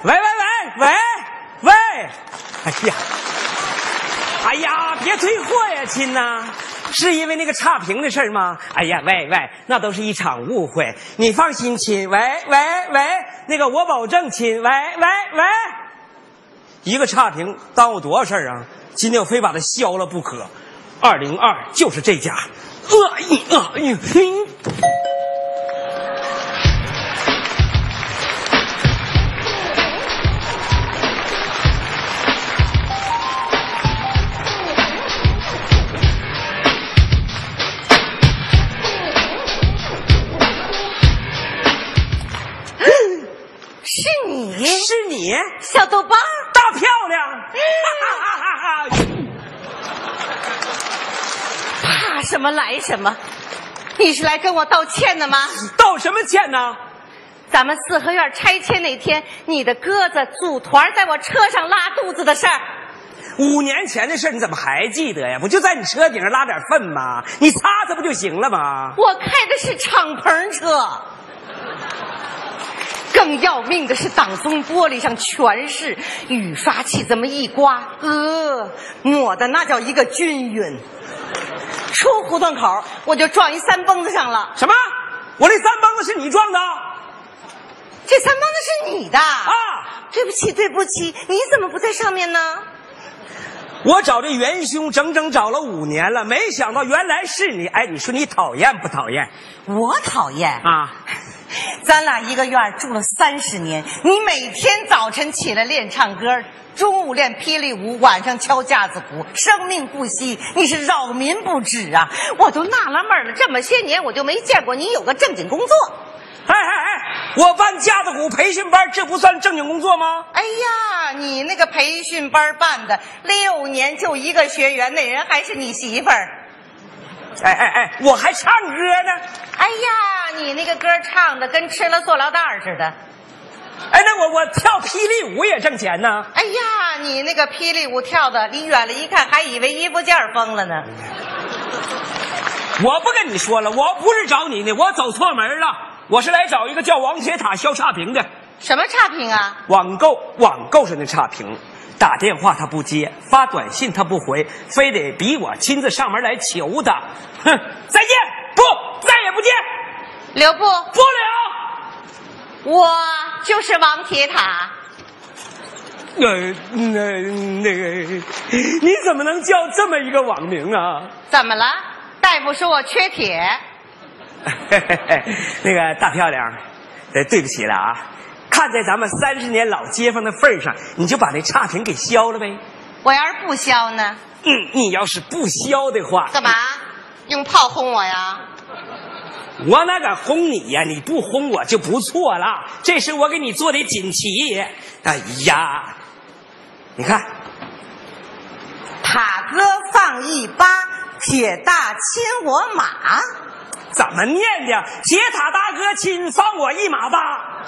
喂！哎呀，别退货呀，亲呐！是因为那个差评的事儿吗？哎呀，喂，那都是一场误会。你放心，亲。喂，那个我保证，亲。喂，一个差评耽误多少事儿啊？今天我非把它消了不可。202就是这家。是你， 小豆包， 大漂亮！ 怕什么来什么？你是来跟我道歉的吗？ 道什么歉呢？ 咱们四合院拆迁那天，你的鸽子组团在我车上拉肚子的事儿。 5年前的事你怎么还记得呀？不就在你车顶上拉点粪吗？你擦擦不就行了吗？ 我开的是敞篷车。更要命的是，挡风玻璃上全是，雨刷器这么一刮，抹的那叫一个均匀。出胡同口我就撞一三蹦子上了。 什么？我那三蹦子是你撞的？ 这三蹦子是你的啊？ 对不起，你怎么不在上面呢？ 我找这元凶整整找了5年了，没想到原来是你。哎，你说你讨厌不讨厌？ 我讨厌啊！ 咱俩一个院住了30年，你每天早晨起来练唱歌，中午练霹雳舞，晚上敲架子鼓，生命不息，你是扰民不止啊！我都纳了闷了，这么些年我就没见过你有个正经工作。 我办架子鼓培训班，这不算正经工作吗？ 哎呀，你那个培训班办的6年就一个学员，那人还是你媳妇儿。 我还唱歌呢。 哎呀，你那个歌唱的跟吃了塑料袋似的。 那我跳霹雳舞也挣钱呢。 哎呀，你那个霹雳舞跳的，离远了一看还以为衣服件疯了呢。 我不跟你说了，我不是找你呢，我走错门了。我是来找一个叫王铁塔消差评的。 什么差评啊？ 网购上的差评，打电话他不接，发短信他不回，非得逼我亲自上门来求他。哼，再见，不，再也不见。 留步， 不留。 我就是王铁塔。 那个，你怎么能叫这么一个网名啊？ 怎么了？大夫说我缺铁。 那个大漂亮，对不起了啊！看在咱们30年老街坊的份上，你就把那差评给消了呗。 我要是不消呢？ 你要是不消的话， 干嘛？用炮轰我呀？ 我哪敢轰你呀？你不轰我就不错了。这是我给你做的锦旗。哎呀，你看， 塔哥放一巴，铁大亲我马。 怎么念的？铁塔大哥亲，放我一马吧。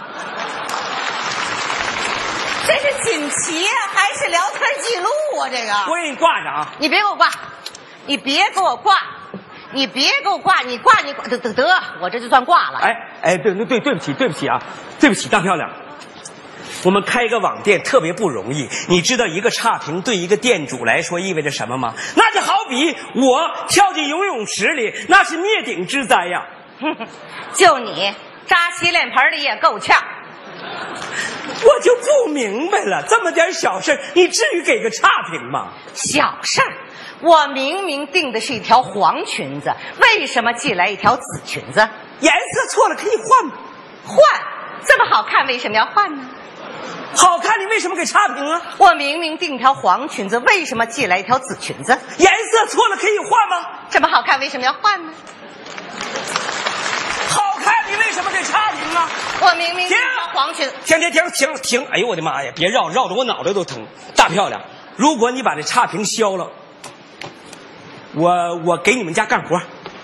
这是锦旗还是聊天记录啊？这个我给你挂着啊！ 你别给我挂，你别给我挂，你别给我挂，你挂得，我这就算挂了。 对不起啊，对不起大漂亮。我们开个网店特别不容易，你知道一个差评对一个店主来说意味着什么吗？那就好比我跳进游泳池里，那是灭顶之灾呀。 就你扎洗脸盆里也够呛。 我就不明白了，这么点小事你至于给个差评吗？ 小事儿，我明明订的是一条黄裙子，为什么寄来一条紫裙子？ 颜色错了可以换吗？ 换，这么好看为什么要换呢？ 好看你为什么给差评啊？ 我明明订条黄裙子，为什么寄来一条紫裙子？ 颜色错了可以换吗？ 这么好看为什么要换呢？ 好看你为什么给差评啊？ 我明明订条黄裙。 停！哎呦我的妈呀！别绕着我脑袋都疼。大漂亮，如果你把这差评消了，我给你们家干活，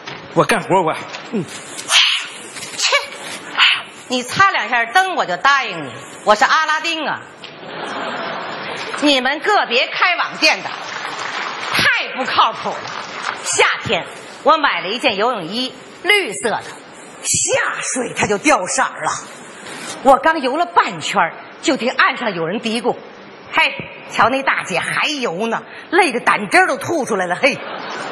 你擦2下灯我就答应你，我是阿拉丁啊！你们个别开网店的太不靠谱了。夏天我买了一件游泳衣，绿色的，下水它就掉色了。我刚游了半圈， 就听岸上有人嘀咕：“嘿，瞧那大姐还游呢，累得胆汁都吐出来了。”嘿，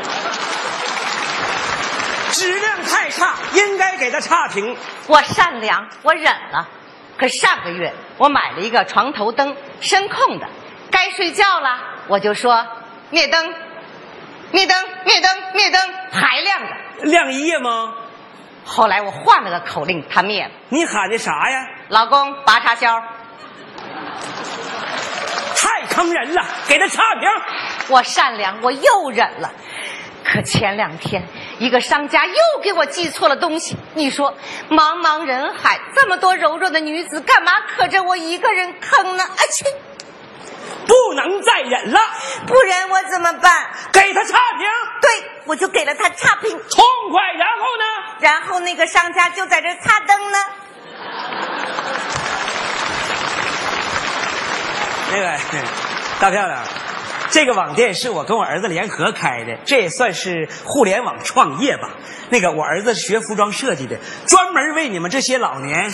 质量太差，应该给他差评。 我善良，我忍了。可上个月我买了一个床头灯，声控的，该睡觉了我就说灭灯，灭灯，灭灯，灭灯，还亮着， 亮一夜吗？ 后来我换了个口令，它灭了。 你喊的啥呀？ 老公拔插销。 太坑人了，给他差评。 我善良，我又忍了。可前2天一个商家又给我寄错了东西，你说茫茫人海这么多柔弱的女子，干嘛可着我一个人坑呢？去， 不能再忍了， 不忍我怎么办？ 给他差评。 对，我就给了他差评。 痛快。然后呢？ 然后那个商家就在这擦灯呢。 那个大漂亮，这个网店是我跟我儿子联合开的，这也算是互联网创业吧。那个我儿子是学服装设计的，专门为你们这些老年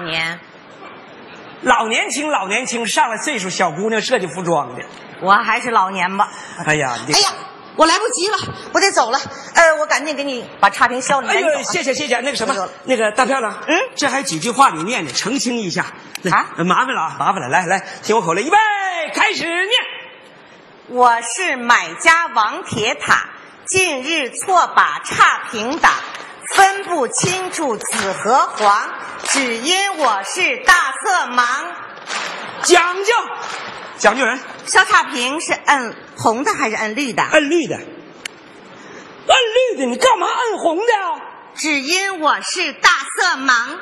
轻上了岁数小姑娘设计服装的。 我还是老年吧。 哎呀， 我来不及了，我得走了。我赶紧给你把差评消了。 哎呦，谢谢。那个什么，那个大漂亮，这还几句话你念念，澄清一下。 啊， 麻烦了。来，听我口令，预备，开始念。 我是买家王铁塔，近日错把差评打，分不清楚紫和黄，只因我是大色盲。讲究人。消差评是摁红的还是摁绿的？ 摁绿的。你干嘛摁红的？ 只因我是大色盲。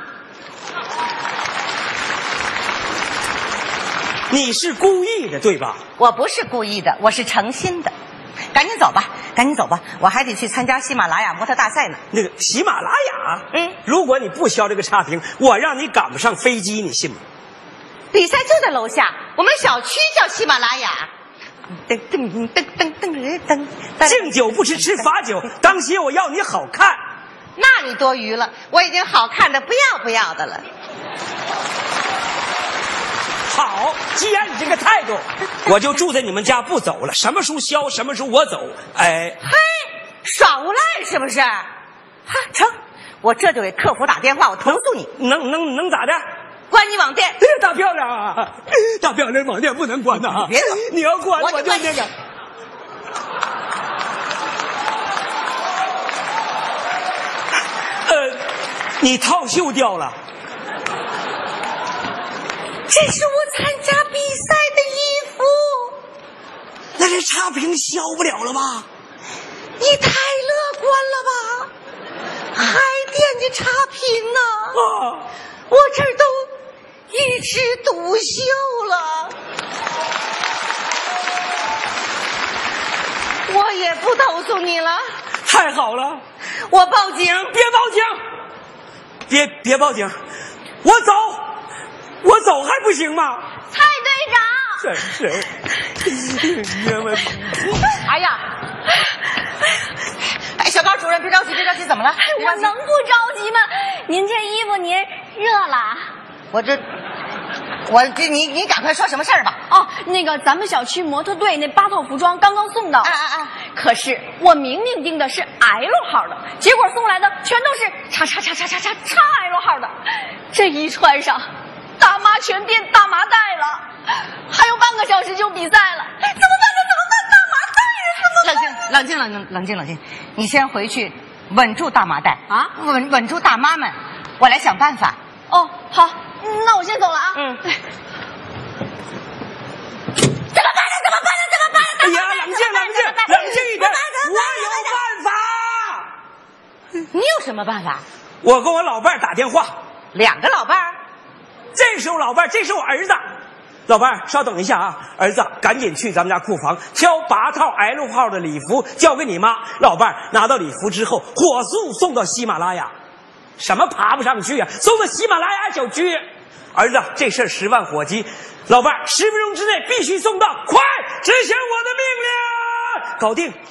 你是故意的对吧？ 我不是故意的，我是诚心的。赶紧走吧，我还得去参加喜马拉雅模特大赛呢。 那个喜马拉雅，如果你不消这个差评，我让你赶不上飞机，你信吗？ 比赛就在楼下，我们小区叫喜马拉雅。噔噔噔噔噔噔， 敬酒不吃罚酒，当心我要你好看。 那你多余了，我已经好看的不要的了。 好，既然你这个态度，我就住在你们家不走了。什么时候消，什么时候我走。哎， 嘿，耍无赖是不是？哈，成，我这就给客服打电话，我投诉你。 能咋的？ 关你网店。 大漂亮啊，大漂亮，网店不能关呐！ 别走， 你要关我就那个。你套袖掉了。 这是我参加比赛的衣服。 那这差评消不了了吧？ 你太乐观了吧？还惦记差评呢？我这儿都一枝独秀了。我也不投诉你了。 太好了， 我报警。 别报警，别报警，我走还不行吗？ 蔡队长， 真是， 哎呀，小高主任，别着急，怎么了？ 我能不着急吗？您这衣服您热了？ 你赶快说什么事儿吧？ 哦，那个咱们小区模特队那8套服装刚刚送到。可是我明明订的是 L 号的，结果送来的全都是XXL 号的。这一穿上，大妈全变大麻袋了。还有半个小时就比赛了，怎么办？大麻袋怎么办？ 冷静，你先回去稳住大麻袋啊， 稳住大妈们，我来想办法。 哦，好，那我先走了啊。 怎么办？ 哎呀，冷静一点，我有办法。 你有什么办法？ 我跟我老伴打电话。 2个老伴儿？ 这是我老伴儿，这是我儿子。老伴儿，稍等一下啊，儿子，赶紧去咱们家库房挑8套 L 号的礼服，交给你妈。老伴儿拿到礼服之后，火速送到喜马拉雅。什么爬不上去啊？送到喜马拉雅小区。儿子，这事儿10万火急，老伴儿10分钟之内必须送到，快执行我的命令！搞定。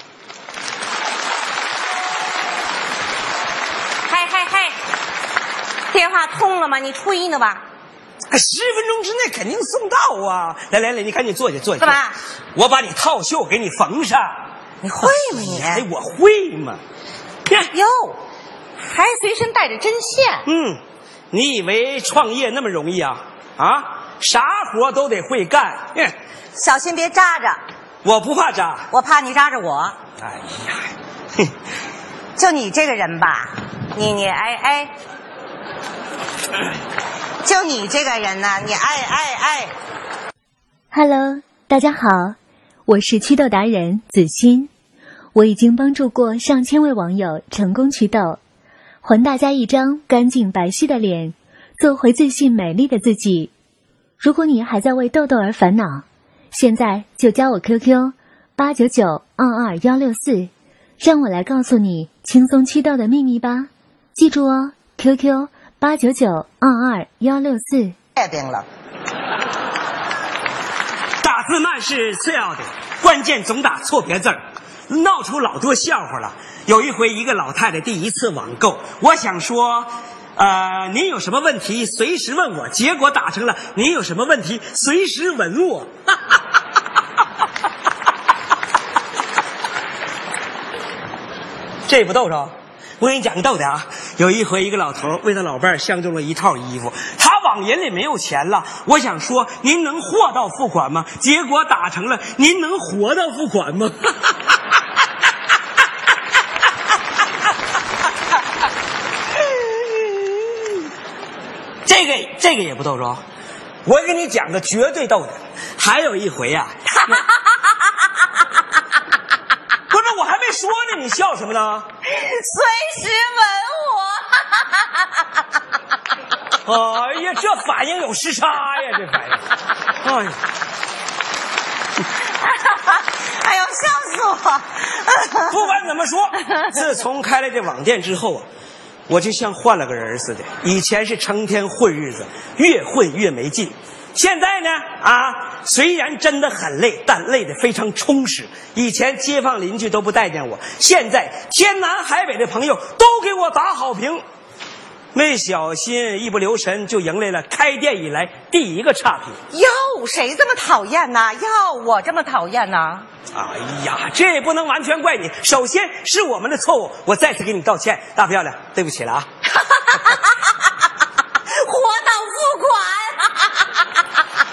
嘿，电话通了吗？你吹呢吧？ 10分钟之内肯定送到啊！来，你赶紧坐下。 干嘛？ 我把你套袖给你缝上。 你会吗你？ 哎，我会吗？ 哟，还随身带着针线。 你以为创业那么容易啊？啥活都得会干。 小心别扎着。 我不怕扎， 我怕你扎着我。 哎呀， 就你这个人吧，你哎，就你这个人呢，你哎。 Hello， 大家好，我是祛痘达人子欣，我已经帮助过上千位网友成功祛痘，还大家一张干净白皙的脸，做回自信美丽的自己。如果你还在为痘痘而烦恼，现在就加我 QQ 899-22164，让我来告诉你轻松祛痘的秘密吧。记住哦 ，QQ 899-22164。 太病了。 打字慢是次要的，关键总打错别字儿，闹出老多笑话了。有一回，一个老太太第一次网购，我想说，您有什么问题随时问我，结果打成了您有什么问题随时吻我。这不逗着？我跟你讲个逗的啊！有一回，一个老头为他老伴儿相中了一套衣服，他网银里没有钱了，我想说您能货到付款吗？结果打成了您能活到付款吗？这个也不逗着。我给你讲个绝对逗的。还有一回啊，不是我还没说呢，你笑什么呢？ 随时吻我。哎呀，这反应有时差呀，这反应。哎呀， 哎呦，笑死我！ 不管怎么说，自从开了这网店之后啊，我就像换了个人似的。以前是成天混日子，越混越没劲。现在呢，虽然真的很累，但累得非常充实。以前街坊邻居都不待见我，现在天南海北的朋友都给我打好评。没小心，一不留神就迎来了开店以来第一个差评。 哟，谁这么讨厌呢？我这么讨厌呢？ 哎呀，这也不能完全怪你。首先是我们的错误，我再次给你道歉，大漂亮，对不起了啊。 活到付款。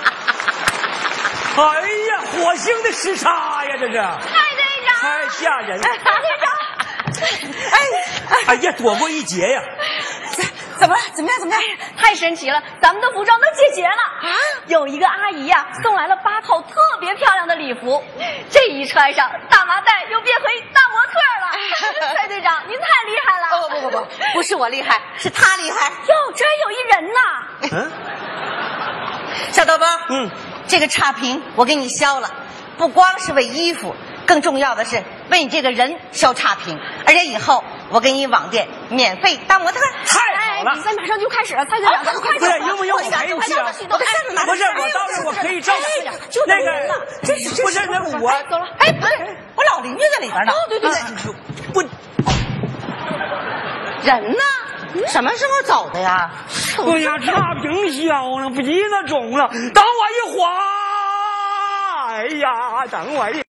哎呀，火星的时差呀，这是。 蔡队长， 太吓人了。 蔡队长， 哎呀，躲过一劫呀。 怎么样？ 太神奇了，咱们的服装都解决了啊！有一个阿姨呀，送来了8套特别漂亮的礼服，这一穿上，大麻袋又变回大模特了。蔡队长，您太厉害了！ 不是我厉害，是他厉害。 哟，这还有一人呢。 小豆包，这个差评我给你消了，不光是为衣服，更重要的是为你这个人消差评，而且以后我给你网店免费当模特。 太好了！ 比赛马上就开始了，蔡队长，咱们快点！ 不是，用不用我陪你去啊？不是，我到时候我可以照顾那个。不是，那我走了。 哎，不是，我老邻居在里边呢。 对， 不， 人呢？什么时候走的呀？ 哎呀，差评消了，不急那种了，等我一会儿。哎呀，等我一。